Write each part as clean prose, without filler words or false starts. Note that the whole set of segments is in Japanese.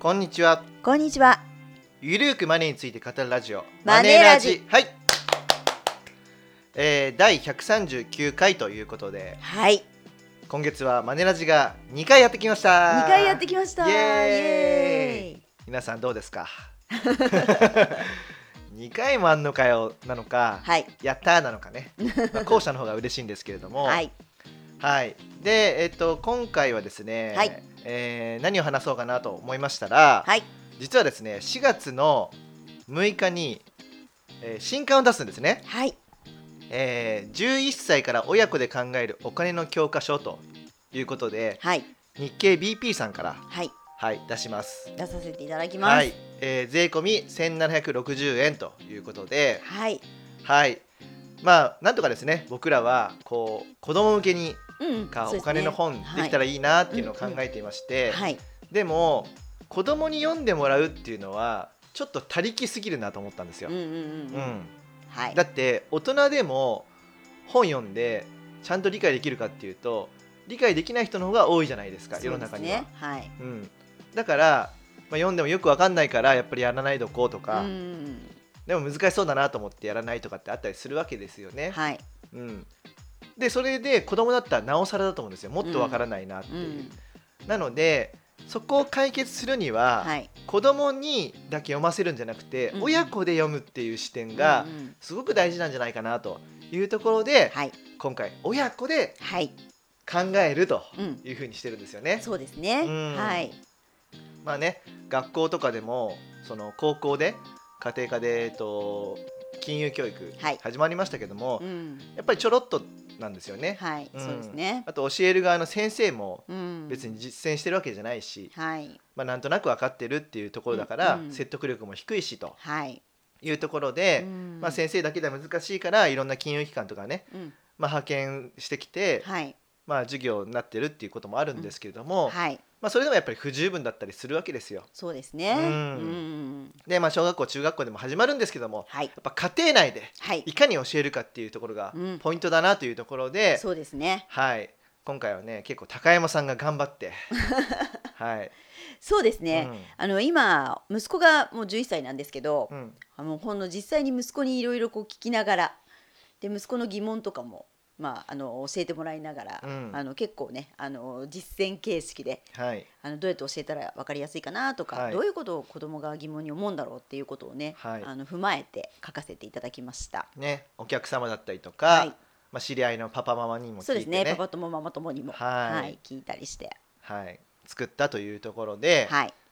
こんにちは。 こんにちは。 ゆるーくマネーについて語るラジオマネラジ。 はい、第139回ということで、 はい。 今月はマネラジが2回やってきました。 2回やってきました。 イエーイ。 イエーイ。 皆さんどうですか2回もあんのかよなのか、 はい、 やったーなのかね、後者の方が嬉しいんですけれども、 はい、 はい。で、今回はですね、 はい、 何を話そうかなと思いましたら、 はい、 実はですね、4月の6日に、新刊を出すんですね。 はい、 11歳から親子で考えるお金の教科書ということで、 はい、 日経 BP さんから、 はい、 はい、出します。 出させていただきます。 はい、税込み1760円ということで、 はい、 はい。まあなんとかですね、僕らはこう子供向けにお金の本できたらいいなっていうのを考えていまして、 はい、 でも子供に読んでもらうっていうのはちょっと足りきすぎるなと思ったんですよ。 はい、 だって大人でも本読んでちゃんと理解できるかっていうと理解できない人の方が多いじゃないですか、世の中には。 はい、 だから、読んでもよくわかんないからやっぱりやらないとこうとか、でも難しそうだなと思ってやらないとかってあったりするわけですよね。 はい、 でそれで子供だったらなおさらだと思うんですよ。もっとわからないなっていう、なのでそこを解決するには、 はい、 子供にだけ読ませるんじゃなくて、親子で読むっていう視点がすごく大事なんじゃないかなというところで、 はい、 今回親子ではい、 考えるというふうにしてるんですよね。 そうですね。はい。 まあね、学校とかでもその高校で家庭科で、金融教育始まりましたけども、やっぱりちょろっとなんですよね。 はい、そうですね。 あと教える側の先生も別に実践してるわけじゃないし、なんとなく分かってるっていうところだから、説得力も低いしというところで、先生だけでは難しいからいろんな金融機関とかね、派遣してきて、授業になってるっていうこともあるんですけれども、それでもやっぱり不十分だったりするわけですよ。 そうですね。 で、小学校中学校でも始まるんですけども、やっぱ家庭内でいかに教えるかっていうところがポイントだなというところで、 そうですね。 はい、今回はね結構高山さんが頑張ってはい、 そうですね。今息子がもう11歳なんですけど、ほんの実際に息子にいろいろ聞きながら、で息子の疑問とかも教えてもらいながら、結構ね実践形式で、どうやって教えたら分かりやすいかなとか、どういうことを子供が疑問に思うんだろうっていうことをね、踏まえて書かせていただきました。 ね、お客様だったりとか、知り合いのパパママにも聞いてね。 そうですね、パパともママともにも、聞いたりして、 作ったというところで、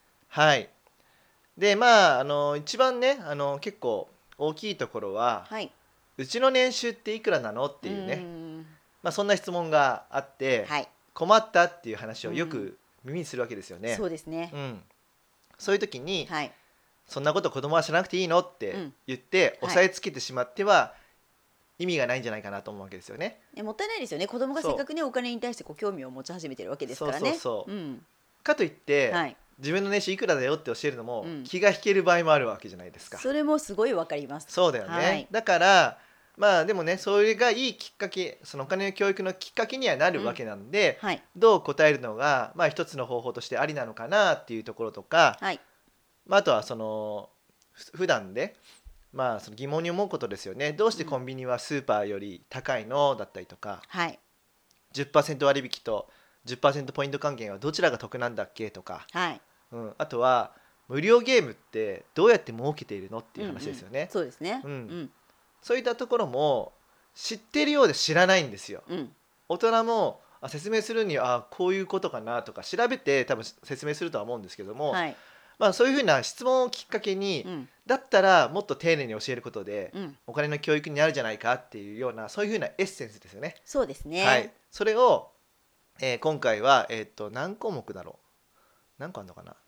で一番ね結構大きいところは、うちの年収っていくらなのっていうね、そんな質問があって、困ったっていう話をよく耳にするわけですよね。 そうですね。 そういう時に、そんなこと子供は知らなくていいのって言って押さえつけてしまっては意味がないんじゃないかなと思うわけですよね。 もったいないですよね。子供がせっかくねお金に対して興味を持ち始めてるわけですからね。 かといって、自分の年収いくらだよって教えるのも気が引ける場合もあるわけじゃないですか。 それもすごいわかります。 そうだよね。だからでもね、それがいいきっかけ、そのお金の教育のきっかけにはなるわけなんで、どう答えるのが一つの方法としてありなのかなっていうところとか、あとはその普段でその疑問に思うことですよね。どうしてコンビニはスーパーより高いのだったりとか、10% 割引と 10% ポイント還元はどちらが得なんだっけとか、あとは無料ゲームってどうやって儲けているのっていう話ですよね。 そうですね。 そういったところも知ってるようで知らないんですよ。大人も説明するにはこういうことかなとか調べて多分説明するとは思うんですけども、そういうふうな質問をきっかけに、だったらもっと丁寧に教えることで、お金の教育になるじゃないかっていうようなそういうふうなエッセンスですよね。 そうですね。 それを、今回は、何項目だろう、何個あるのかな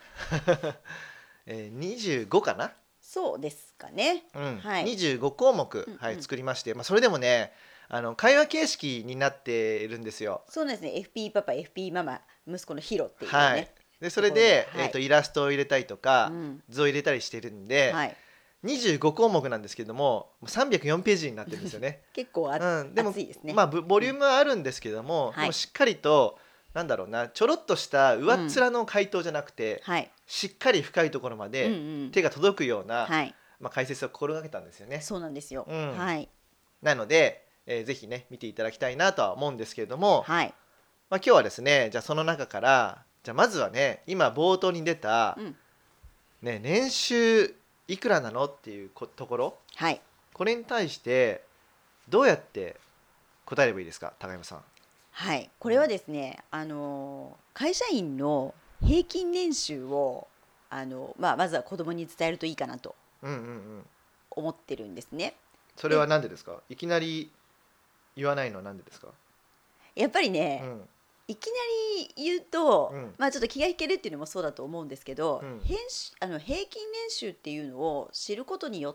25かな。 そうですかね。 25項目、作りまして、それでもね会話形式になっているんですよ。 そうですね。 FP パパ FP ママ息子のヒロっていうね、 でそれで、イラストを入れたりとか、図を入れたりしてるんで、25項目なんですけども304ページになってるんですよね。 結構でも厚いですね。 ボリュームはあるんですけども、でもしっかりとなんだろうな、ちょろっとした上っ面の回答じゃなくて、 しっかり深いところまで手が届くような、 はい、 解説を心がけたんですよね。 そうなんですよ、 はい、なので、ぜひね見ていただきたいなとは思うんですけれども、 はい、 今日はですねじゃあその中からじゃあまずはね今冒頭に出た、ね、年収いくらなのっていうところ、 はい、 これに対してどうやって答えればいいですか、高山さん。 はい、これはですね、会社員の平均年収をまずは子供に伝えるといいかなと思ってるんですね。 それは何でですか？いきなり言わないのは何でですか？ やっぱりね、いきなり言うと、ちょっと気が引けるっていうのもそうだと思うんですけど、平均年収っていうのを知ることによって、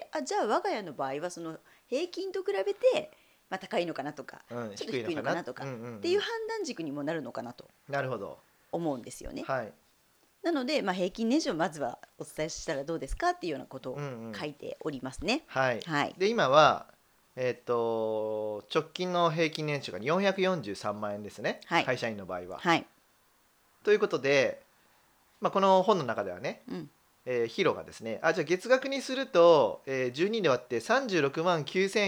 じゃあ我が家の場合はその平均と比べて、高いのかなとか、ちょっと低いのかなとかっていう判断軸にもなるのかなと思うんですよね。 はい、 なので、平均年収をまずはお伝えしたらどうですかっていうようなことを書いておりますね。 はい、で今は直近の平均年収が443万円ですね、会社員の場合は。ということで、この本の中ではね、ヒロがですね、じゃあ月額にすると、12で割って36万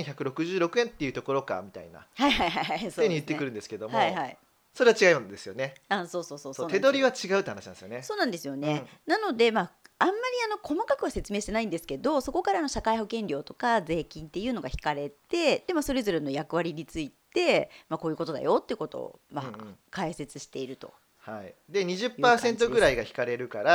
9166円っていうところかみたいなふうに言ってくるんですけども、それは違うんですよね。 そう手取りは違うって話なんですよね。 そうなんですよね。なので、あんまり細かくは説明してないんですけど、そこからの社会保険料とか税金っていうのが引かれて、で、それぞれの役割について、こういうことだよってことを、解説していると。 で 20% ぐらいが引かれるから、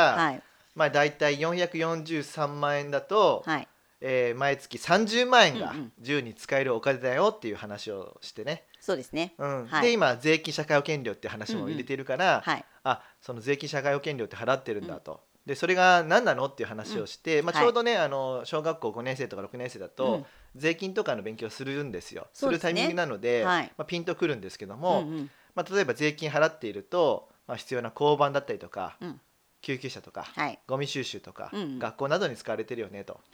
だいたい443万円だと、毎月30万円が自由に使えるお金だよっていう話をしてね。 そうですね。 で今税金社会保険料って話も入れているから、その税金社会保険料って払ってるんだと。でそれが何なのっていう話をして、ちょうどね小学校5年生とか6年生だと、税金とかの勉強するんですよ。するタイミングなので、ピンとくるんですけども、例えば税金払っていると、必要な交番だったりとか、救急車とか、ゴミ収集とか、学校などに使われてるよねと。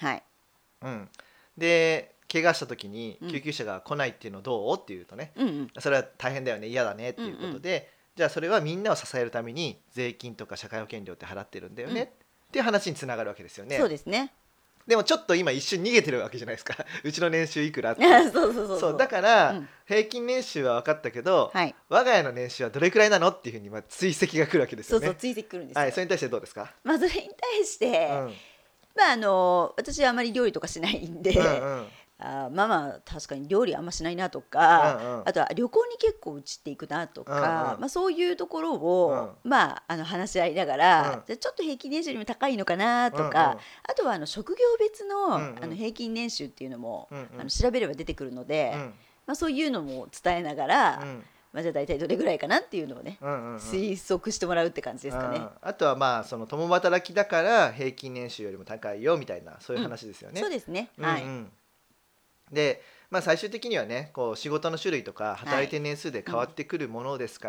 で怪我した時に救急車が来ないっていうのどうっていうとね、それは大変だよね、嫌だねっていうことで、じゃあそれはみんなを支えるために税金とか社会保険料って払ってるんだよね、っていう話につながるわけですよね。 そうですね。 でもちょっと今一瞬逃げてるわけじゃないですかうちの年収いくらってそうだから、平均年収は分かったけど、我が家の年収はどれくらいなのっていうふうに追跡が来るわけですよね。 追跡来るんですよ。 それに対してどうですか？ それに対して、私はあまり料理とかしないんで、確かに料理あんましないなとか、あとは旅行に結構うちっていくなとか、そういうところを、話し合いながら、じゃちょっと平均年収よりも高いのかなとか、あとは職業別の、平均年収っていうのも、調べれば出てくるので、そういうのも伝えながら、じゃあ大体どれぐらいかなっていうのをね、推測してもらうって感じですかね。 あとはその共働きだから平均年収よりも高いよみたいな、そういう話ですよね。 そうですね。 で、最終的にはねこう仕事の種類とか働いてる年数で変わってくるものですから、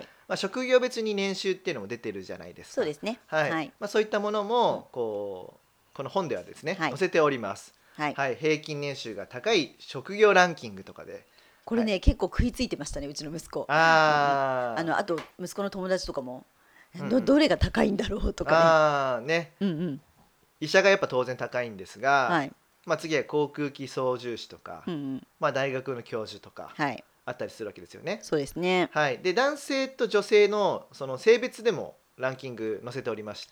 職業別に年収っていうのも出てるじゃないですか。 そうですね。 そういったものもこの本ではですね、載せております。平均年収が高い職業ランキングとかで。 これね、結構食いついてましたね、うちの息子。あと息子の友達とかも、どれが高いんだろうとかね。 医者がやっぱ当然高いんですが、次は航空機操縦士とか、大学の教授とかあったりするわけですよね。 そうですね。 で男性と女性のその性別でもランキング載せておりまして、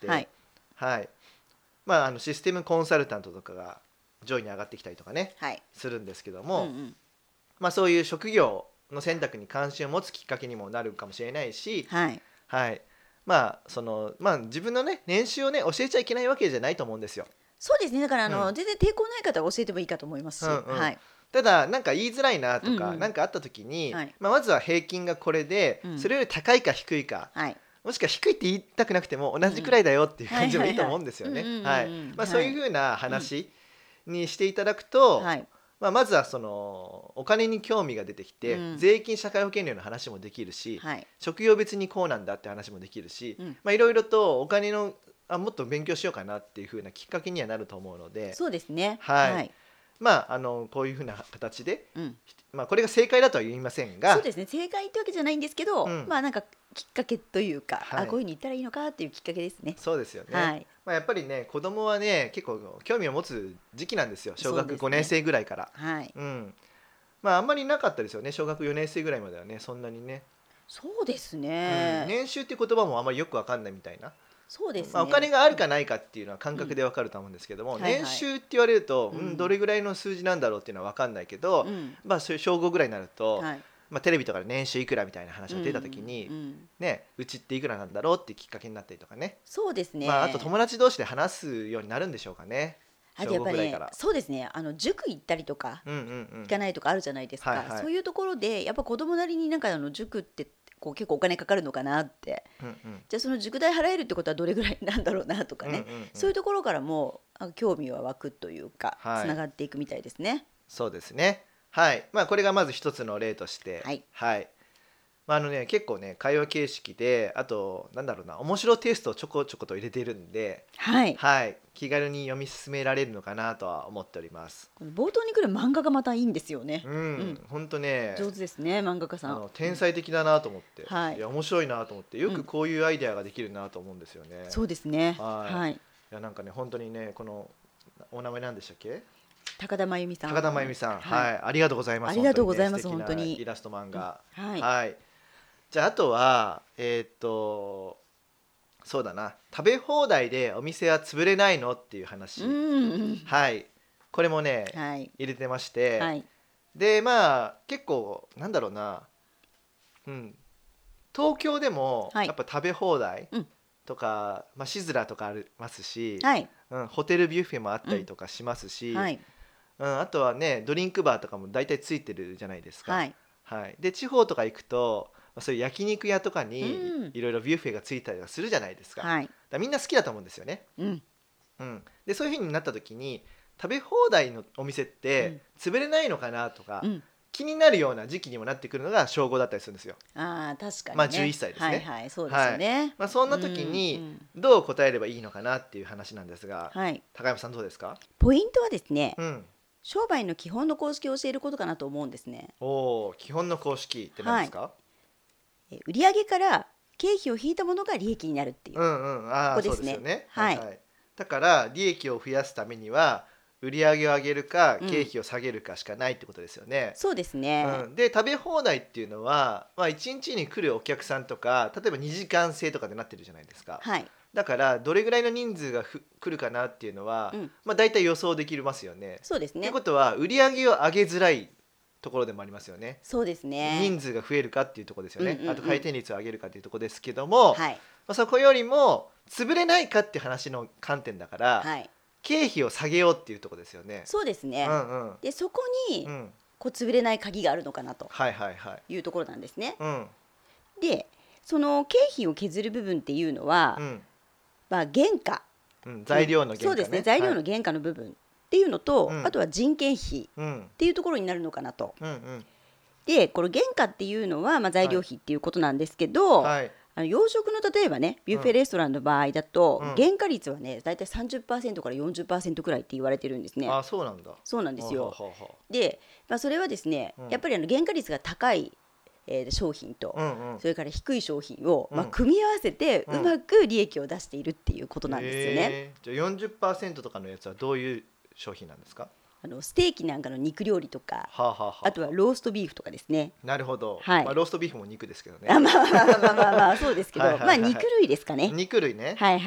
システムコンサルタントとかが上位に上がってきたりとかね、するんですけども、そういう職業の選択に関心を持つきっかけにもなるかもしれないし、自分のね年収をね教えちゃいけないわけじゃないと思うんですよ。 そうですね。だから全然抵抗ない方は教えてもいいかと思いますし、 ただなんか言いづらいなとか、なんかあった時に、まずは平均がこれで、それより高いか低いか、もしくは低いって言いたくなくても同じくらいだよっていう感じでもいいと思うんですよね。そういうふうな話にしていただくと、まずはそのお金に興味が出てきて、税金社会保険料の話もできるし、職業別にこうなんだって話もできるし、いろいろとお金のもっと勉強しようかなっていう風なきっかけにはなると思うので。 そうですね。 こういう風な形で、これが正解だとは言いませんが、 そうですね、正解ってわけじゃないんですけど、なんかきっかけというか、 はい、 こういうふうに言ったらいいのかっていうきっかけですね。 そうですよね、 はい、 やっぱりね子供はね結構興味を持つ時期なんですよ、小学5年生ぐらいから、 はい、 あんまりなかったですよね、小学4年生ぐらいまではね、そんなにね。 そうですね、 年収っていう言葉もあんまりよくわかんないみたいな。 そうですね、 お金があるかないかっていうのは感覚でわかると思うんですけども、年収って言われると、どれぐらいの数字なんだろうっていうのはわかんないけど、そういう小5ぐらいになると、テレビとかで年収いくらみたいな話が出た時に、うちっていくらなんだろうっていうきっかけになったりとかね。 そうですね、 あと友達同士で話すようになるんでしょうかね。 あとやっぱり、そうですね、塾行ったりとか、行かないとかあるじゃないですか、そういうところでやっぱ子供なりになんか塾ってこう結構お金かかるのかなって、じゃあその塾代払えるってことはどれぐらいなんだろうなとかね、そういうところからも興味は湧くというか、つながっていくみたいですね。 そうですね。はい。これがまず一つの例として、はい。結構ね会話形式で、あとなんだろうな、面白テイストをちょこちょこと入れているんで、はい、気軽に読み進められるのかなとは思っております。 この冒頭に来る漫画がまたいいんですよね。 本当ね上手ですね、漫画家さん。 天才的だなと思って、いや面白いなと思って、よくこういうアイデアができるなと思うんですよね。 そうですね。 はい。いやなんかね本当にね、このお名前なんでしたっけ？ 高田真由美さん。 高田真由美さん、はい、ありがとうございます。 ありがとうございます。本当にイラスト漫画、はい。じゃああとはそうだな、食べ放題でお店は潰れないのっていう話、はい、これもね、入れてまして、で結構なんだろうな、東京でもやっぱ食べ放題とか、シズラとかありますし、ホテルビュッフェもあったりとかしますし、あとはねドリンクバーとかも大体ついてるじゃないですか。で地方とか行くとそういう焼肉屋とかにいろいろビュッフェがついたりはするじゃないですか。だみんな好きだと思うんですよね。でそういう風になった時に食べ放題のお店って潰れないのかなとか、気になるような時期にもなってくるのが小5だったりするんですよ。 確かにね。 11歳ですね。 そうですよね。 そんな時にどう答えればいいのかなっていう話なんですが、高山さんどうですか？ ポイントはですね、商売の基本の公式を教えることかなと思うんですね。 基本の公式って何ですか？ 売上から経費を引いたものが利益になるっていう、ここですね。 だから利益を増やすためには売上を上げるか経費を下げるかしかないってことですよね。 そうですね。 で食べ放題っていうのは、1日に来るお客さんとか、例えば2時間制とかでなってるじゃないですか。だからどれぐらいの人数が来るかなっていうのは、だいたい予想できますよね。 そうですね。 ってことは売上を上げづらいところでもありますよね。 そうですね。 人数が増えるかっていうところですよね。あと回転率を上げるかっていうところですけども、そこよりも潰れないかっていう話の観点だから、経費を下げようっていうところですよね。 そうですね。でそこに、こう潰れない鍵があるのかなというところなんですね。でその経費を削る部分っていうのは、原価、 材料の原価ね。 そうですね、材料の原価の部分っていうのと、あとは人件費っていうところになるのかなと。でこの原価っていうのは、材料費っていうことなんですけど、洋食の例えばねビュッフェレストランの場合だと、原価率はねだいたい 30% から 40% くらいって言われてるんですね。 そうなんだ。 そうなんですよ。で、それはですね、やっぱり原価率が高い商品と、それから低い商品を、組み合わせてうまく利益を出しているっていうことなんですよね。 じゃあ 40% とかのやつはどういう商品なんですか？ ステーキなんかの肉料理とか、あとはローストビーフとかですね。 なるほど。ローストビーフも肉ですけどね。 そうですけど、肉類ですかね。 肉類ね。が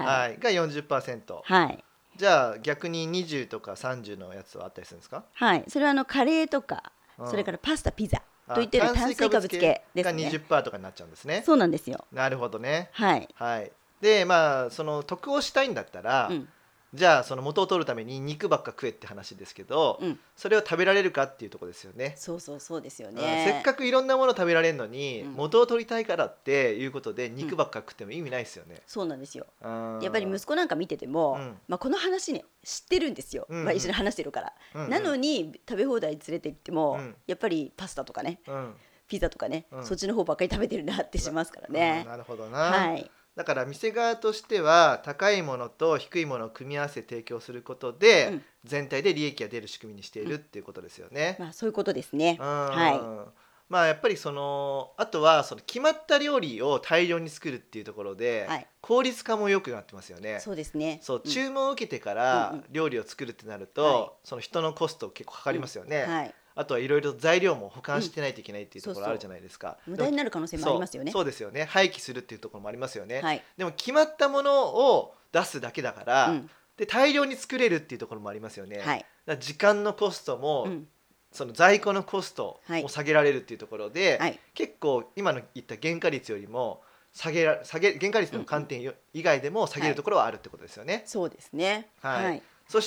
40%。じゃあ逆に20とか30のやつはあったりするんですか？ それはカレーとか、それからパスタ、ピザといったような炭水化物系ですね。 が 20% とかになっちゃうんですね。 そうなんですよ。 なるほどね。でその得をしたいんだったら、じゃあその元を取るために肉ばっか食えって話ですけど、それを食べられるかっていうところですよね。 そうですよね。 せっかくいろんなもの食べられるのに、元を取りたいからっていうことで肉ばっか食っても意味ないですよね。 そうなんですよ。やっぱり息子なんか見てても、この話ね知ってるんですよ。一緒に話してるから、なのに食べ放題連れて行っても、やっぱりパスタとかね、ピザとかね、そっちの方ばっかり食べてるなってしますからね。 なるほどな。だから店側としては高いものと低いものを組み合わせ提供することで、全体で利益が出る仕組みにしているっていうことですよね。 そういうことですね。 まあやっぱりあとは決まった料理を大量に作るっていうところで、効率化も良くなってますよね。 そうですね。 注文を受けてから料理を作るってなると、その人のコスト結構かかりますよね。あとはいろいろ材料も保管してないといけないっていうところあるじゃないですか。 無駄になる可能性もありますよね。 そうですよね。廃棄するっていうところもありますよね。でも決まったものを出すだけだから、で大量に作れるっていうところもありますよね。だから時間のコストも、その在庫のコストを下げられるっていうところで、結構今の言った原価率よりも原価率の観点以外でも下げるところはあるってことですよね。 そうですね。 そして、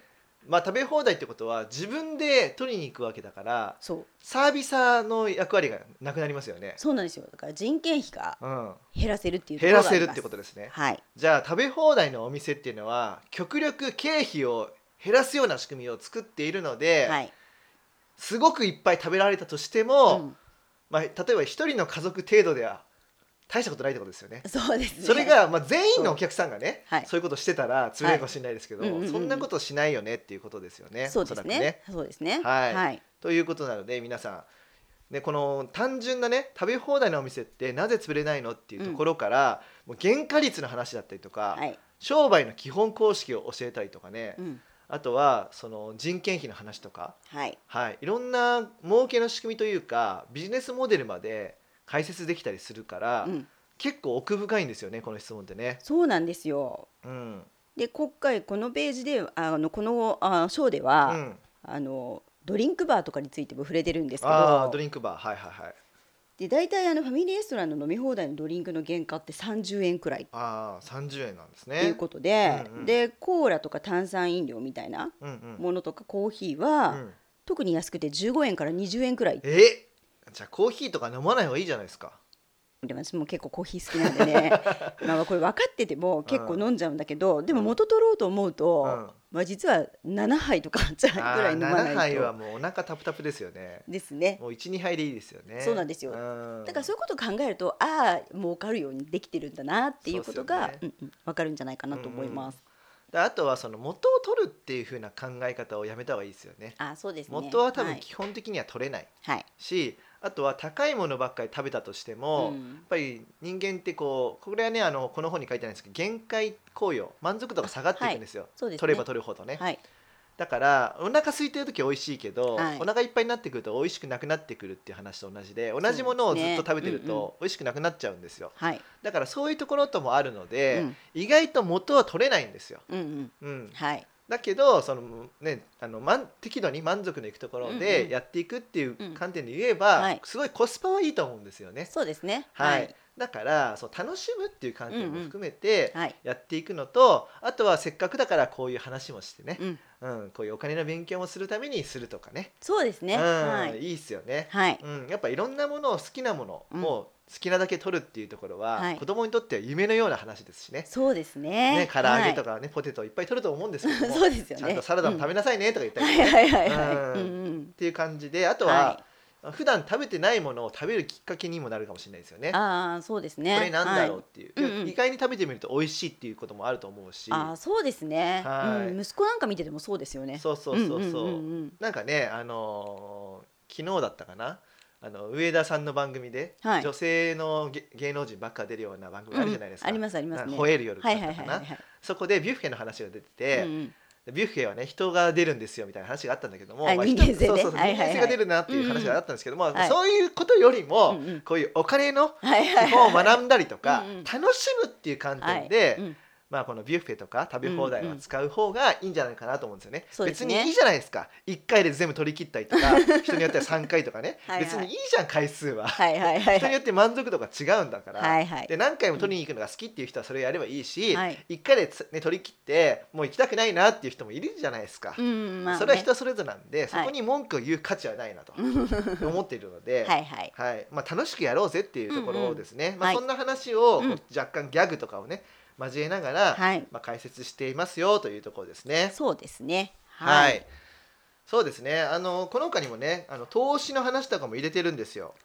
食べ放題ってことは自分で取りに行くわけだから、サービサーの役割がなくなりますよね。 そうなんですよ。だから人件費が減らせるっていうところがあります。 減らせるってことですね。じゃあ食べ放題のお店っていうのは極力経費を減らすような仕組みを作っているので、すごくいっぱい食べられたとしても、例えば一人の家族程度では大したことないってことですよね。 そうですね。 それが、全員のお客さんがね、そういうことしてたら潰れるかもしれないですけど、そんなことしないよねっていうことですよね。 そうですね。そうですね。 ということなので皆さん、この単純なね食べ放題のお店ってなぜ潰れないのっていうところから、もう原価率の話だったりとか、商売の基本公式を教えたりとかね、あとはその人件費の話とか、いろんな儲けの仕組みというかビジネスモデルまで解説できたりするから、結構奥深いんですよね、この質問ってね。 そうなんですよ。で今回このページでこの章では、ドリンクバーとかについても触れてるんですけど、 ドリンクバー、 で大体ファミリーレストランの飲み放題のドリンクの原価って30円くらい。 30円なんですね。 ということで、でコーラとか炭酸飲料みたいなものとかコーヒーは、特に安くて15円から20円くらい。 じゃあコーヒーとか飲まない方がいいじゃないですか。 でも私も結構コーヒー好きなんでねこれ分かってても結構飲んじゃうんだけど、でも元取ろうと思うと、実は7杯とかぐらい飲まないと。 7杯はもうお腹タプタプですよね。 ですね。 もう 1,2 杯でいいですよね。 そうなんですよ。だからそういうことを考えると儲かるようにできてるんだなっていうことが分かるんじゃないかなと思います。 あとはその元を取るっていう風な考え方をやめた方がいいですよね。 そうですね。 元は多分基本的には取れないし、あとは高いものばっかり食べたとしても、やっぱり人間ってこれはねこの本に書いてあるんですけど、限界効用、満足度が下がっていくんですよ。取れば取るほどね。だからお腹空いてる時は美味しいけど、お腹いっぱいになってくると美味しくなくなってくるっていう話と同じで、同じものをずっと食べてると美味しくなくなっちゃうんですよ。だからそういうところともあるので、意外と元は取れないんですよ。だけど適度に満足のいくところでやっていくっていう観点で言えば、すごいコスパはいいと思うんですよね。 そうですね。 だから楽しむっていう観点も含めてやっていくのと、あとはせっかくだからこういう話もしてね、こういうお金の勉強もするためにするとかね。 そうですね。 いいっすよね。やっぱいろんなものを好きなものを好きなだけ取るっていうところは、子供にとっては夢のような話ですしね。 そうですね。 唐揚げとかね、ポテトいっぱい取ると思うんですけども、 そうですよね。 ちゃんとサラダも食べなさいねとか言ったりね。っていう感じで、あとは普段食べてないものを食べるきっかけにもなるかもしれないですよね。 そうですね。 これなんだろうっていう、意外に食べてみると美味しいっていうこともあると思うし。 そうですね。息子なんか見ててもそうですよね。 そうなんかね、昨日だったかな、上田さんの番組で、女性の芸能人ばっか出るような番組あるじゃないですか。 ありますありますね。 吠える夜だったかな。そこでビュッフェの話が出てて、ビュッフェはね人が出るんですよみたいな話があったんだけども、 人間性が出るなっていう話があったんですけども、そういうことよりもこういうお金の基本を学んだりとか楽しむっていう観点で、このビュッフェとか食べ放題は使う方がいいんじゃないかなと思うんですよね。別にいいじゃないですか、1回で全部取り切ったりとか人によっては3回とかね別にいいじゃん回数は。人によって満足度が違うんだから、で何回も取りに行くのが好きっていう人はそれやればいいし、1回で、取り切ってもう行きたくないなっていう人もいるじゃないですか。それは人それぞれなんで、そこに文句を言う価値はないなと思っているので、楽しくやろうぜっていうところですね。そんな話を若干ギャグとかをね交えながら、解説していますよというところですね。 そうですね。 そうですね。この他にもね、投資の話とかも入れてるんですよ。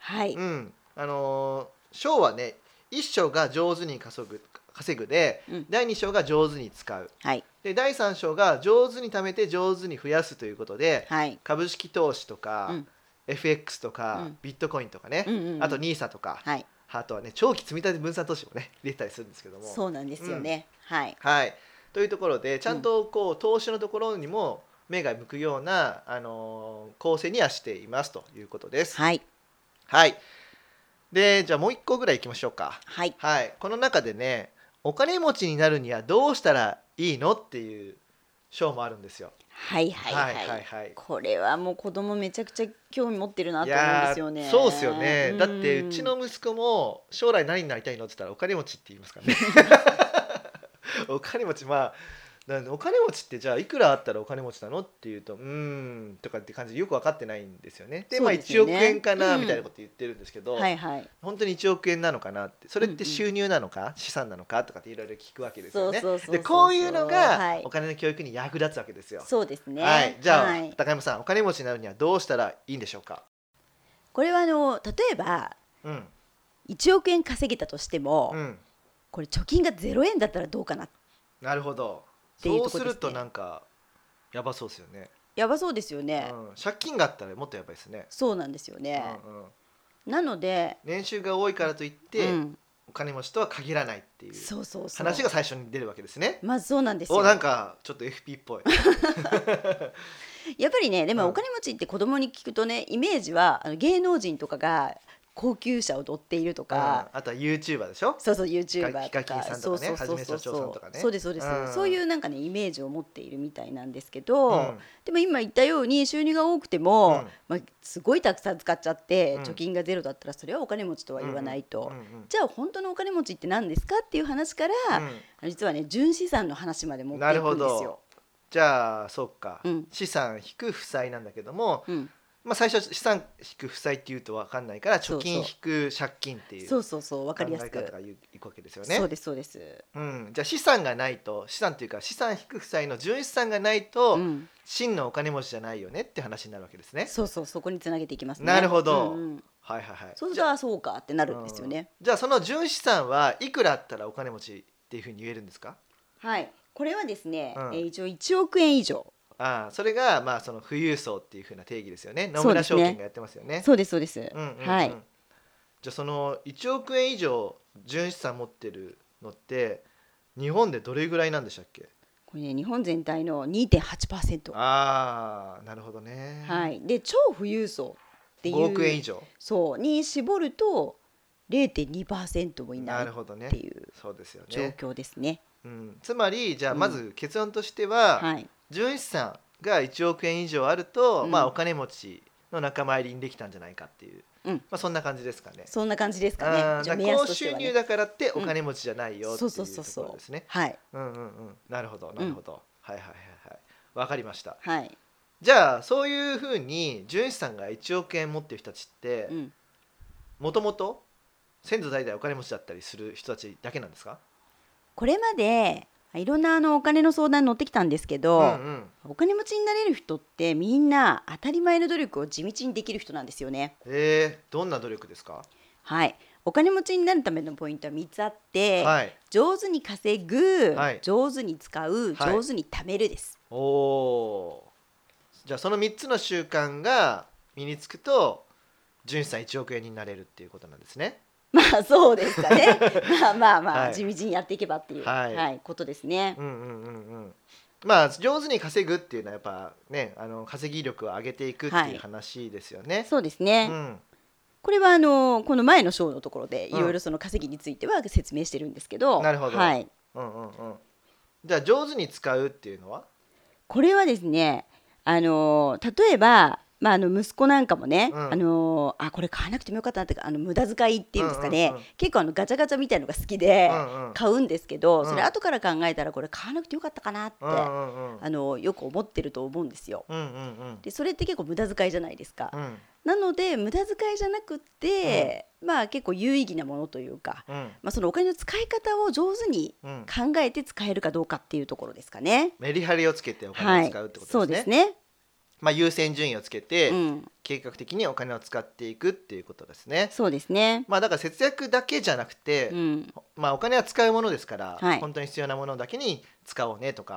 章はね、1章が上手に稼ぐで、第2章が上手に使う。で第3章が上手に貯めて上手に増やすということで、株式投資とか、 FX とか、ビットコインとかね、あと NISA とか、あとはね長期積立分散投資もね入れたりするんですけども。 そうなんですよね、はい、 というところでちゃんとこう投資のところにも目が向くような、構成にはしていますということです。でじゃあもう1個ぐらいいきましょうか。この中でねお金持ちになるにはどうしたらいいのっていう章もあるんですよ。 これはもう子供めちゃくちゃ興味持ってるなと思うんですよね。 そうですよね。だってうちの息子も将来何になりたいのって言ったらお金持ちって言いますからね。お金持ちお金持ちってじゃあいくらあったらお金持ちなのっていうととかって感じでよく分かってないんですよね。で1億円かなみたいなこと言ってるんですけど、本当に1億円なのかなって、それって収入なのか、資産なのかとかっていろいろ聞くわけですよね。でこういうのがお金の教育に役立つわけですよ。 そうですね。 じゃあ、高山さんお金持ちになるにはどうしたらいいんでしょうか。 これは例えば、1億円稼げたとしても、これ貯金が0円だったらどうかな。 なるほど。そうするとなんかやばそうですよね。 やばそうですよね、 借金があったらもっとやばいですね。 そうなんですよね、なので年収が多いからといって、お金持ちとは限らないっていう話が最初に出るわけですね。 まずそうなんですよ。 なんかちょっと FP っぽい。 やっぱりね、でもお金持ちって子供に聞くとね、イメージは芸能人とかが高級車を乗っているとか、 あとは YouTuber でしょ。 そうそう YouTuber とか、 ヒカキンさんとかね、はじめ社長さんとかね。 そうですそうです、そういうなんかねイメージを持っているみたいなんですけど、でも今言ったように収入が多くても、すごいたくさん使っちゃって貯金がゼロだったらそれはお金持ちとは言わないと。じゃあ本当のお金持ちって何ですかっていう話から、実はね純資産の話まで持っていくんですよ。 じゃあそうか、資産引く負債なんだけども、最初資産引く負債っていうと分かんないから貯金引く借金っていう分かりやすく考え方がいくわけですよね。 そうですそうです。 じゃあ資産がないと、資産っていうか資産引く負債の純資産がないと、真のお金持ちじゃないよねって話になるわけですね。 そこにつなげていきますね。 なるほど、 そうじゃあそうかってなるんですよね。 じゃあその純資産はいくらあったらお金持ちっていうふうに言えるんですか。 これはですね、一応1億円以上。 それがその富裕層っていう風な定義ですよね。野村証券がやってますよね。 そうですそうです。じゃあその1億円以上純資産持ってるのって日本でどれぐらいなんでしたっけ。 これね日本全体の 2.8%。 なるほどね。 で超富裕層っていう 5億円以上に絞ると 0.2% もいないっていう状況ですね。 つまりじゃあまず結論としては、純資産が1億円以上あると、お金持ちの仲間入りにできたんじゃないかっていう、そんな感じですかね。 そんな感じですかね。 高収入だからってお金持ちじゃないよっていうところですね。なるほどなるほど、わかりました。じゃあそういうふうに純資産が1億円持ってる人たちってもともと先祖代々お金持ちだったりする人たちだけなんですか。 これまでいろんなお金の相談に乗ってきたんですけど、お金持ちになれる人ってみんな当たり前の努力を地道にできる人なんですよね。 どんな努力ですか。 お金持ちになるためのポイントは3つあって、上手に稼ぐ、上手に使う、上手に貯めるです。 じゃあその3つの習慣が身につくと純資産1億円になれるっていうことなんですね。 そうですかね。地道にやっていけばっていう、ことですね。 上手に稼ぐっていうのはやっぱね稼ぎ力を上げていくっていう話ですよね。 そうですね。これはこの前の章のところでいろいろその稼ぎについては説明してるんですけど。 なるほど。じゃあ上手に使うっていうのはこれはですね例えば息子なんかもね、これ買わなくてもよかったなって無駄遣いっていうんですかね、結構ガチャガチャみたいのが好きで買うんですけど、それ後から考えたらこれ買わなくてよかったかなって、よく思ってると思うんですよ。でそれって結構無駄遣いじゃないですか。なので無駄遣いじゃなくって、結構有意義なものというか、そのお金の使い方を上手に考えて使えるかどうかっていうところですかね。 メリハリをつけてお金を使うってことですね。 そうですね。 優先順位をつけて、計画的にお金を使っていくっていうことですね。 そうですね。 だから節約だけじゃなくて、お金は使うものですから、本当に必要なものだけに使おうねとか、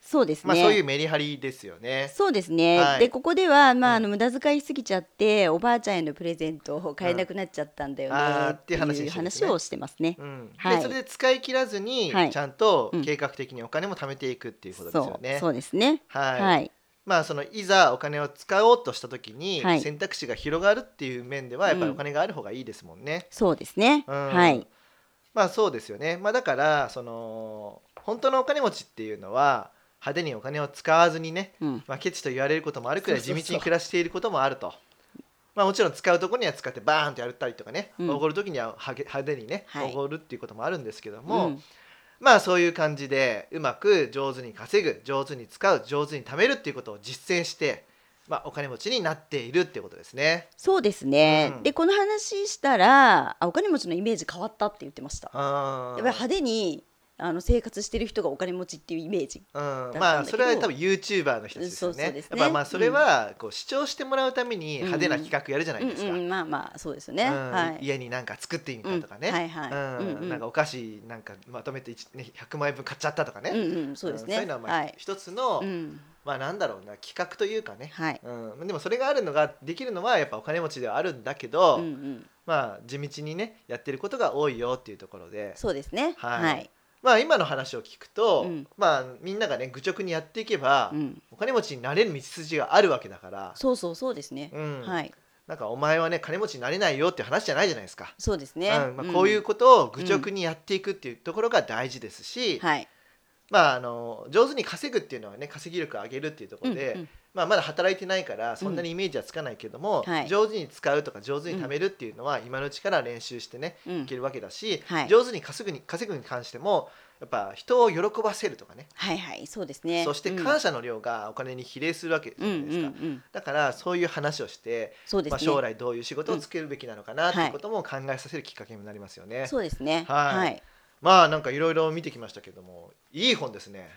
そうですね。 まあそういうメリハリですよね。 そうですね。 はい、 でここでは、無駄遣いしすぎちゃっておばあちゃんへのプレゼントを買えなくなっちゃったんだよねっていう話をしてますね。 でそれで使い切らずに、ちゃんと計画的にお金も貯めていくっていうことですよね。 そうですね。 はい。まあそのいざお金を使おうとした時に選択肢が広がるっていう面ではやっぱりお金がある方がいいですもんね。 そうですね。はい。 まあそうですよね。まあだからその本当のお金持ちっていうのは派手にお金を使わずにね、まあケチと言われることもあるくらい地道に暮らしていることもあると。まあもちろん使うところには使ってバーンとやったりとかね、おごる時には派手にね、おごるっていうこともあるんですけども、まあそういう感じでうまく上手に稼ぐ、上手に使う、上手に貯めるっていうことを実践して、まあ、お金持ちになっているっていうことですね。 そうですね。でこの話したらお金持ちのイメージ変わったって言ってました。やっぱり派手に生活してる人がお金持ちっていうイメージだったんだけど、 まあそれは多分 YouTuber の人ですよね。やっぱまあそれはこう主張してもらうために派手な企画やるじゃないですか。 まあそうですよね。 家になんか作ってみたとかね、なんかお菓子なんかまとめて100万円分買っちゃったとかね、そういうのはまあ一つのまあなんだろうな企画というかね、でもそれがあるのができるのはやっぱお金持ちではあるんだけど、まあ地道にねやってることが多いよっていうところで、 そうですね。はい。 まあ今の話を聞くと、まあみんながね愚直にやっていけば、お金持ちになれる道筋があるわけだから、 そうですね。はい。 なんかお前はね金持ちになれないよっていう話じゃないじゃないですか。 そうですね。 まあ、こういうことを愚直にやっていくっていうところが大事ですし、まあ上手に稼ぐっていうのはね稼ぎ力を上げるっていうところで、まあまだ働いてないからそんなにイメージはつかないけども、上手に使うとか上手に貯めるっていうのは今のうちから練習してね、いけるわけだし、上手に稼ぐに関してもやっぱ人を喜ばせるとかね、 そうですね。 そして感謝の量がお金に比例するわけじゃないですか。だからそういう話をして、まあ、将来どういう仕事をつけるべきなのかなっていうことも考えさせるきっかけになりますよね。 そうですね。 はい。まあなんかいろいろ見てきましたけどもいい本ですね。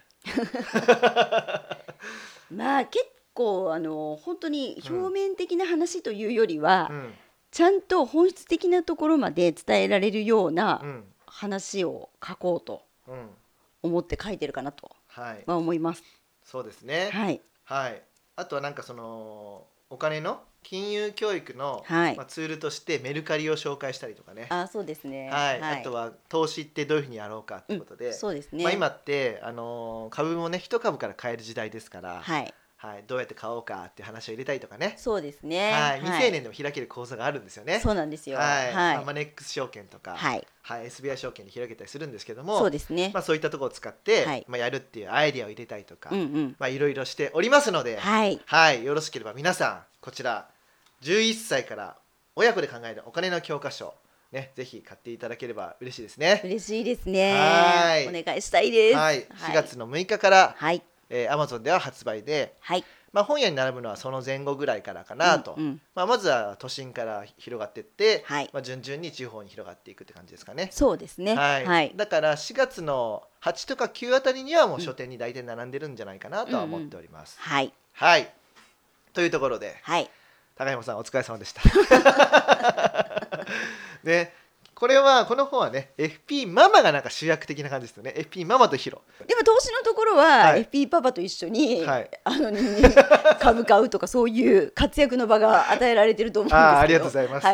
まあ結構本当に表面的な話というよりは、ちゃんと本質的なところまで伝えられるような話を書こうと思って書いてるかなとは思います。 そうですね。はい。あとはなんかそのお金の金融教育の、まあ、ツールとしてメルカリを紹介したりとかね。 そうですね。 あとは投資ってどういうふうにやろうかっていうことで、 そうですね。 まあ、今って株もね1株から買える時代ですから、どうやって買おうかっていう話を入れたりとかね。 そうですね。 未成年でも開ける講座があるんですよね。 そうなんですよ。 マネックス証券とか、SBI 証券で開けたりするんですけども、 そうですね。 まあそういったところを使って、まあやるっていうアイディアを入れたりとか、まあいろいろしておりますので、よろしければ皆さんこちら11歳から親子で考えるお金の教科書ね、ぜひ買っていただければ嬉しいですね。 嬉しいですね。お願いしたいです。 4月の6日から、Amazon では発売で、まあ、本屋に並ぶのはその前後ぐらいからかなと、まあ、まずは都心から広がっていって、まあ、順々に地方に広がっていくって感じですかね。 そうですね。 だから4月の8とか9あたりにはもう書店に大体並んでるんじゃないかなとは思っております。というところで、高山さんお疲れ様でした。ね、この本はね FP ママがなんか主役的な感じですよね。 FP ママとヒロでも投資のところは、FP パパと一緒に、株買うとかそういう活躍の場が与えられてると思うんですけど。 ありがとうございます。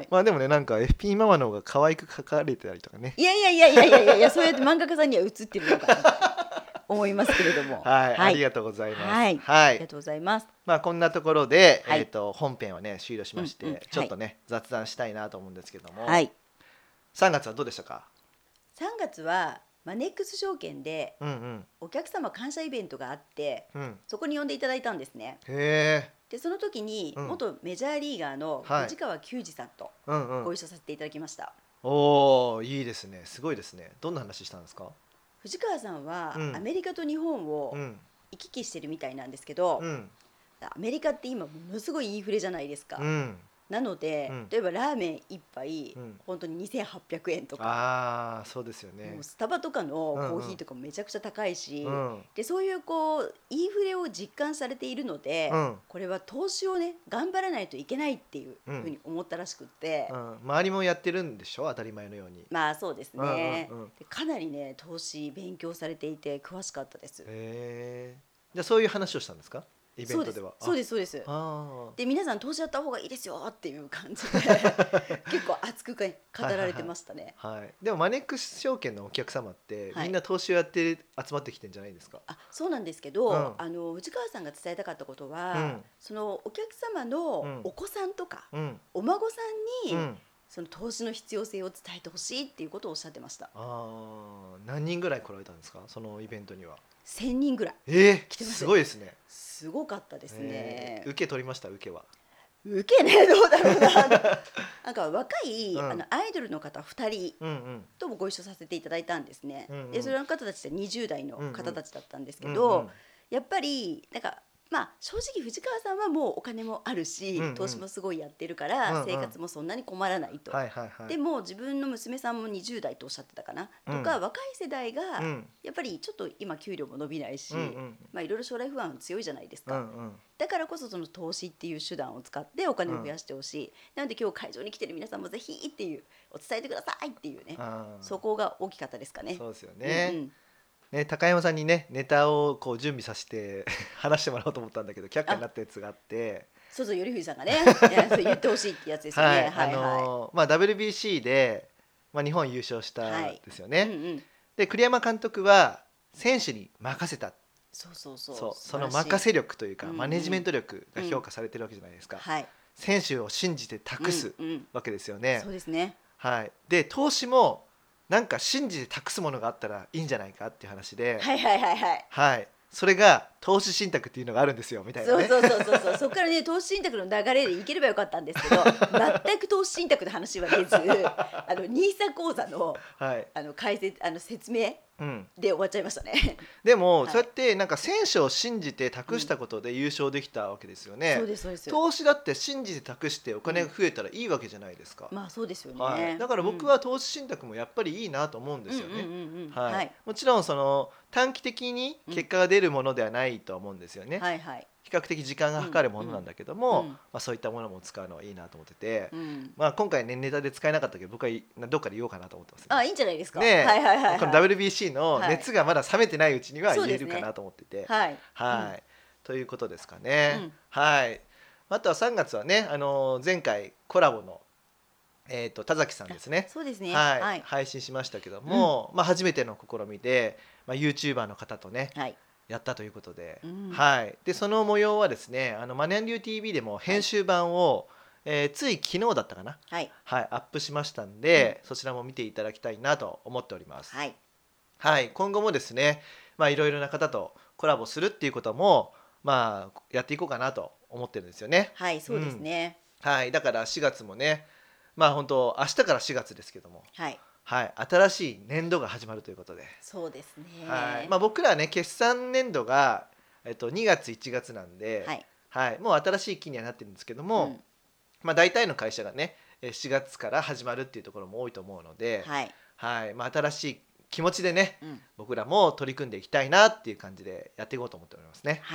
まあでもねなんか FP ママの方が可愛く描かれてたりとかね。 いやそうやって漫画家さんには映ってるのかな思いますけれども。 ありがとうございます。ありがとうございます。 まあこんなところで、本編をね終了しまして、ちょっとね、雑談したいなと思うんですけども、3月はどうでしたか ？3月はマネックス証券でお客様感謝イベントがあって、そこに呼んでいただいたんですね。でその時に元メジャーリーガーの藤川球児さんとご一緒させていただきました。 おー、いいですね。すごいですね。どんな話したんですか？ 藤川さんはアメリカと日本を行き来してるみたいなんですけど、アメリカって今ものすごいインフレじゃないですか。 なので、例えばラーメン1杯、本当に2800円とか。 ああ、そうですよね。 もうスタバとかのコーヒーとかもめちゃくちゃ高いし、でそういうこうインフレを実感されているので、これは投資をね頑張らないといけないっていうふうに思ったらしくって、 周りもやってるんでしょ、当たり前のように。 まあそうですね、でかなりね投資勉強されていて詳しかったです。 へえ。じゃあそういう話をしたんですか、イベントでは。 そうですそうです。で皆さん投資やった方がいいですよっていう感じで結構熱く語られてましたね。 はい。でもマネックス証券のお客様ってみんな投資をやって集まってきてんじゃないですか。 そうなんですけど、藤川さんが伝えたかったことは、そのお客様のお子さんとか、お孫さんに、その投資の必要性を伝えてほしいっていうことをおっしゃってました。 何人ぐらい来られたんですか、そのイベントには。 1000人ぐらい来てます。 すごいですね。 すごかったですね。 受け取りました、受けは。 受けね、どうだろうな。なんか若い、アイドルの方2人ともご一緒させていただいたんですね。でそれの方たちって20代の方たちだったんですけど、やっぱりなんかまあ正直藤川さんはもうお金もあるし、投資もすごいやってるから生活もそんなに困らないと。でも自分の娘さんも20代とおっしゃってたかな、とか若い世代がやっぱりちょっと今給料も伸びないし、まあいろいろ将来不安強いじゃないですか。だからこそその投資っていう手段を使ってお金を増やしてほしい、なので今日会場に来てる皆さんもぜひっていうお伝えてくださいっていうね、そこが大きかったですかね。 そうですよね。高山さんにねネタをこう準備させて話してもらおうと思ったんだけど却下になったやつがあって、 そう頼藤さんがね言ってほしいってやつですよね。 WBC で、日本優勝したんですよね。で栗山監督は選手に任せた。その任せ力というか、マネジメント力が評価されてるわけじゃないですか。選手を信じて託すわけですよね。 そうですね。 で投資もなんか信じて託すものがあったらいいんじゃないかっていう話で、それが投資信託っていうのがあるんですよみたいなね。 そこからね投資信託の流れでいければよかったんですけど全く投資信託の話は出ずNISA 口座の解説説明で終わっちゃいましたね。 でも、そうやってなんか選手を信じて託したことで優勝できたわけですよね。投資だって信じて託してお金が増えたらいいわけじゃないですか。 まあそうですよね。 だから僕は投資信託もやっぱりいいなと思うんですよね。もちろんその短期的に結果が出るものではないと思うんですよね。比較的時間がかかるものなんだけども、そういったものも使うのはいいなと思ってて、今回ねネタで使えなかったけど僕はどっかで言おうかなと思ってます。 いいんじゃないですか。 この WBC の熱がまだ冷めてないうちには言えるかなと思ってて、ということですかね。あとは3月はね前回コラボの田崎さんですね。配信しましたけども、初めての試みで、YouTuber の方とね、やったということで、でその模様はですねマネンリュー TV でも編集版を、つい昨日だったかな、アップしましたんで、そちらも見ていただきたいなと思っております。今後もですねいろいろな方とコラボするっていうこともやっていこうかなと思ってるんですよね。 そうですね。 だから4月もね本当明日から4月ですけども、新しい年度が始まるということで、 そうですね。 僕らね決算年度が、2月1月なんで、もう新しい期にはなってるんですけども、大体の会社がね4月から始まるっていうところも多いと思うので、新しい気持ちでね、僕らも取り組んでいきたいなっていう感じでやっていこうと思っておりますね。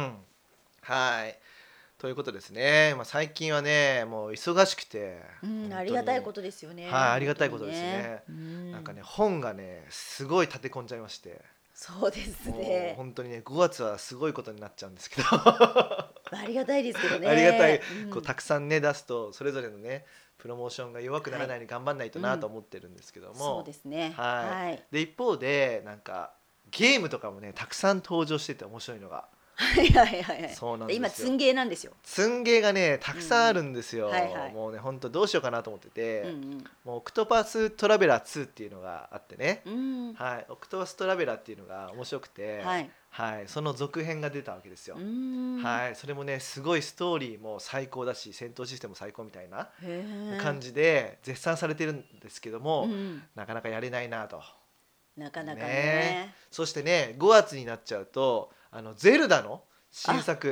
ということですね。最近はねもう忙しくて、 ありがたいことですよね。 ありがたいことですね。なんかね本がねすごい立て込んじゃいまして。 そうですね。 本当にね5月はすごいことになっちゃうんですけどありがたいですけどね。 ありがたい、こうたくさんね出すとそれぞれのねプロモーションが弱くならないように頑張んないとなと思ってるんですけども、 そうですね。 で一方でなんかゲームとかもねたくさん登場してて面白いのが。そうなんですよ。 今積んゲーなんですよ。 積んゲーがねたくさんあるんですよ。もうね本当どうしようかなと思ってて、もうオクトパストラベラー2っていうのがあってね、オクトパストラベラーっていうのが面白くて、その続編が出たわけですよ。それもねすごいストーリーも最高だし戦闘システムも最高みたいな感じで絶賛されてるんですけども、なかなかやれないなと。 なかなかね。 そしてね5月になっちゃうとゼルダの新作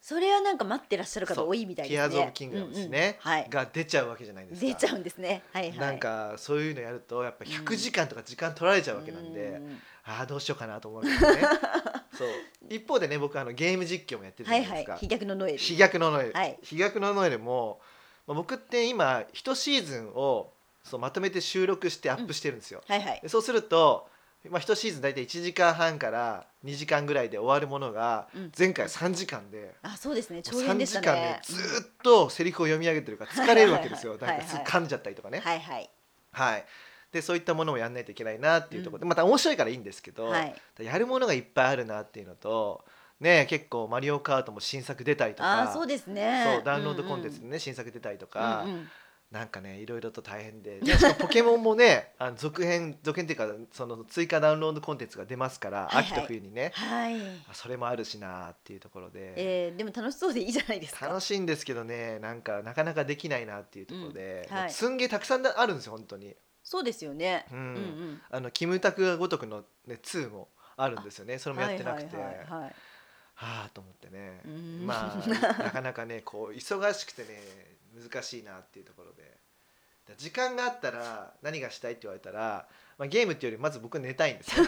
それはなんか待ってらっしゃる方多いみたいですね。 ティアーズ・オブ・キングダムですね、 はい、 が出ちゃうわけじゃないですか。 出ちゃうんですね。はいはい。 なんかそういうのやるとやっぱ100時間とか時間取られちゃうわけなんで、ああどうしようかなと思うんですよね。そう一方でね僕ゲーム実況もやってるじゃないですか。 飛躍のノエル。 飛躍のノエル、飛躍のノエルも、僕って今1シーズンをまとめて収録してアップしてるんですよ。でそうすると1シーズン大体1時間半から2時間ぐらいで終わるものが、前回3時間で、 そうですね、長編でしたね。 3時間でずっとセリフを読み上げてるから疲れるわけですよ。なんか噛んじゃったりとかね。でそういったものもやんないといけないなっていうところで、また面白いからいいんですけど、やるものがいっぱいあるなっていうのとね、結構マリオカートも新作出たりとか、 そうですね、 そうダウンロードコンテンツでね、新作出たりとか、なんかねいろいろと大変で、しかもポケモンもね続編っていうかその追加ダウンロードコンテンツが出ますから、秋と冬にね、それもあるしなっていうところで、 でも楽しそうでいいじゃないですか。 楽しいんですけどね、なんかなかなかできないなっていうところで、すんげえたくさんあるんですよ本当に。 そうですよね。 キムタクが如くの、ね、2もあるんですよね。それもやってなくて、はあと思ってね、まあなかなかねこう忙しくてね難しいなっていうところで、時間があったら何がしたいって言われたら、ゲームっていうよりまず僕寝たいんですよ。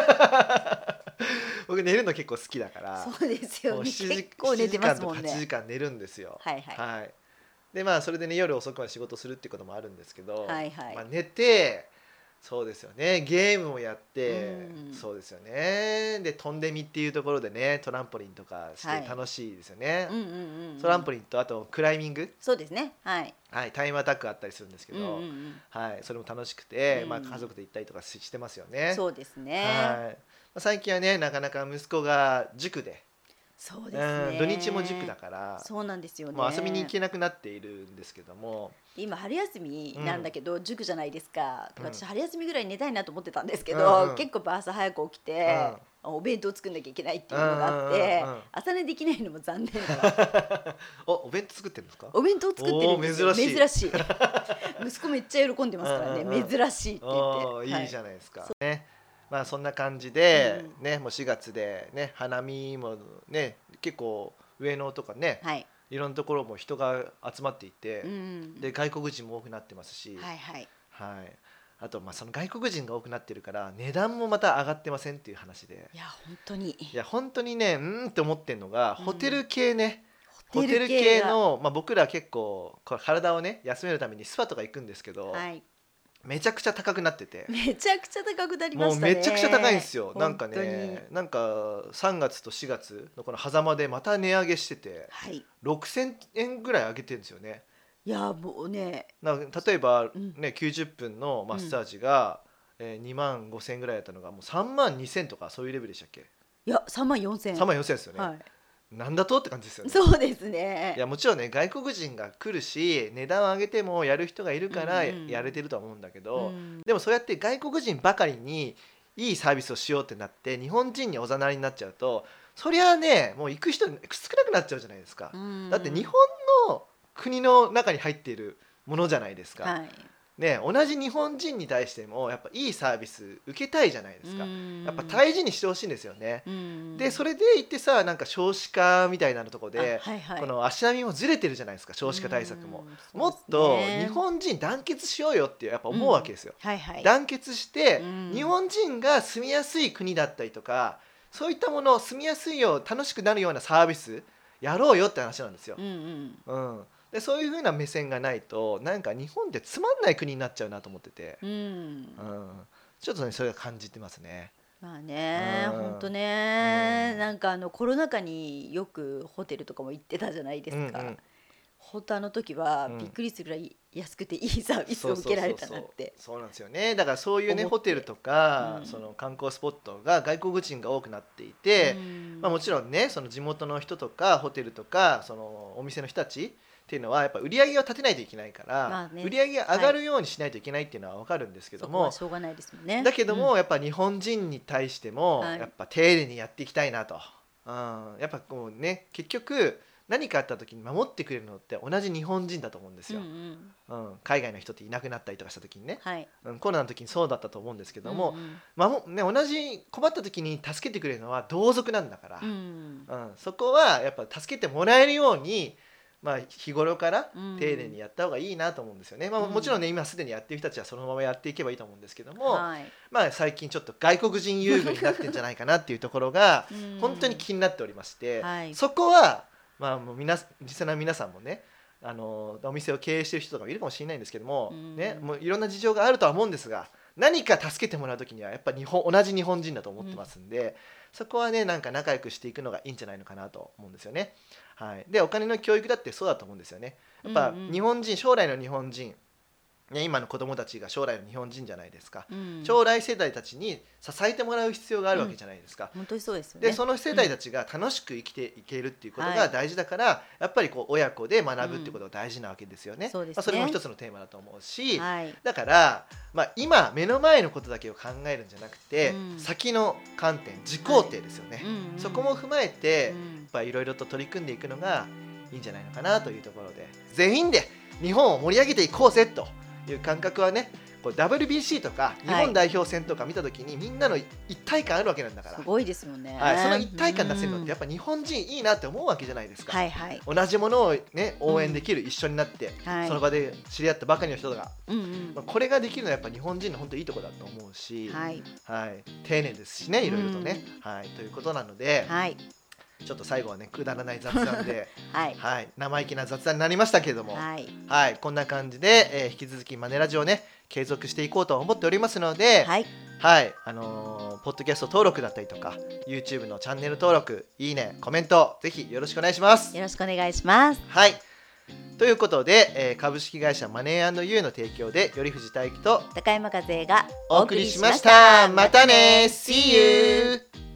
僕寝るの結構好きだから。 そうですよね、結構寝てますもんね。 7時間とか8時間寝るんですよ。でそれでね夜遅くまで仕事するっていうこともあるんですけど、寝て、そうですよね、ゲームをやって、そうですよね、で飛んでみっていうところでねトランポリンとかして楽しいですよね。トランポリンとあとクライミング、 そうですね、 タイムアタックあったりするんですけど、それも楽しくて、家族で行ったりとかしてますよね。 そうですね。 最近はねなかなか息子が塾で、 そうですね、 土日も塾だから、 そうなんですよね、 もう遊びに行けなくなっているんですけども、 今春休みなんだけど、塾じゃないですか。私春休みぐらい寝たいなと思ってたんですけど、結構朝早く起きて、お弁当作んなきゃいけないっていうのがあって、朝寝できないのも残念だ。 お弁当作ってるんですか？ お弁当作ってるんですよ。珍しい。息子めっちゃ喜んでますからね、珍しいって言って。 いいじゃないですか。ね。そんな感じで、ね、もう4月でね花見もね結構上野とかね、いろんなところも人が集まっていて、で外国人も多くなってますし、あとその外国人が多くなってるから値段もまた上がってませんっていう話で、本当にねって思ってるのがホテル系ね。ホテル系の、僕ら結構体をね休めるためにスパとか行くんですけど、めちゃくちゃ高くなってて、 めちゃくちゃ高くなりましたね。 もうめちゃくちゃ高いんですよ。なんかね、なんか3月と4月のこの狭間でまた値上げしてて、6000円ぐらい上げてるんですよね。 いやもうね、 例えばね、90分のマッサージが2万5000円ぐらいだったのがもう3万2000とかそういうレベルでしたっけ？ いや3万4000。 3万4000ですよね。なんだとって感じですよね。 そうですね。 いやもちろんね外国人が来るし値段を上げてもやる人がいるからやれてるとは思うんだけど、でもそうやって外国人ばかりにいいサービスをしようってなって日本人におざなりになっちゃうと、そりゃねもう行く人少なくなっちゃうじゃないですか。だって日本の国の中に入っているものじゃないですか。ね、同じ日本人に対してもやっぱいいサービス受けたいじゃないですか。やっぱ大事にしてほしいんですよね。でそれでいってさ、なんか少子化みたいなところで、この足並みもずれてるじゃないですか。少子化対策ももっと日本人団結しようよってやっぱ思うわけですよ。団結して日本人が住みやすい国だったりとか、そういったものを住みやすいよう楽しくなるようなサービスやろうよって話なんですよ。でそういう風な目線がないとなんか日本ってつまんない国になっちゃうなと思ってて、ちょっとねそれは感じてますね。 本当ね、なんかコロナ禍によくホテルとかも行ってたじゃないですか。本当時はびっくりするぐらい安くていいサービスを受けられたなって。 そうなんですよね。だからそういうねホテルとか、その観光スポットが外国人が多くなっていて、もちろんねその地元の人とかホテルとかそのお店の人たちっていうのはやっぱ売り上げを立てないといけないから、売り上げが上がるようにしないといけないっていうのは分かるんですけども、 しょうがないですもんね。 だけどもやっぱ日本人に対してもやっぱ丁寧にやっていきたいなと、やっぱこうね結局何かあった時に守ってくれるのって同じ日本人だと思うんですよ、海外の人っていなくなったりとかした時にね、コロナの時にそうだったと思うんですけども、同じ困った時に助けてくれるのは同族なんだから、そこはやっぱ助けてもらえるように、日頃から丁寧にやった方がいいなと思うんですよね。もちろんね、今すでにやってる人たちはそのままやっていけばいいと思うんですけども、最近ちょっと外国人優遇になってんじゃないかなっていうところが本当に気になっておりまして、そこはもうリスナーの皆さんもね、お店を経営してる人とかもいるかもしれないんですけども、もういろんな事情があるとは思うんですが、何か助けてもらう時にはやっぱ同じ日本人だと思ってますんで、そこはねなんか仲良くしていくのがいいんじゃないのかなと思うんですよね。でお金の教育だってそうだと思うんですよね。やっぱ日本人、将来の日本人、今の子供たちが将来の日本人じゃないですか、将来世代たちに支えてもらう必要があるわけじゃないですか、 本当にそうですよね。 でその世代たちが楽しく生きていけるっていうことが大事だから、やっぱり親子で学ぶっていうことが大事なわけですよね。それも一つのテーマだと思うし、だから、今目の前のことだけを考えるんじゃなくて、先の観点、自肯定ですよね、そこも踏まえていろいろと取り組んでいくのがいいんじゃないのかなというところで、全員で日本を盛り上げていこうぜという感覚はね、WBC とか日本代表戦とか見た時にみんなの一体感あるわけなんだから、 すごいですもんね、 その一体感出せるのってやっぱ日本人いいなって思うわけじゃないですか、同じものを、ね、応援できる、一緒になって、その場で知り合ったばかりの人が、これができるのはやっぱ日本人の本当にいいところだと思うし、丁寧ですしね、いろいろとね、ということなので、ちょっと最後はねくだらない雑談で、生意気な雑談になりましたけれども、こんな感じで、引き続きマネラジオね継続していこうと思っておりますので、ポッドキャスト登録だったりとか YouTube のチャンネル登録、いいね、コメントぜひよろしくお願いします。 よろしくお願いします。 ということで、株式会社マネー&ユーの提供で頼藤大樹と高山和恵がお送りしました。またね See you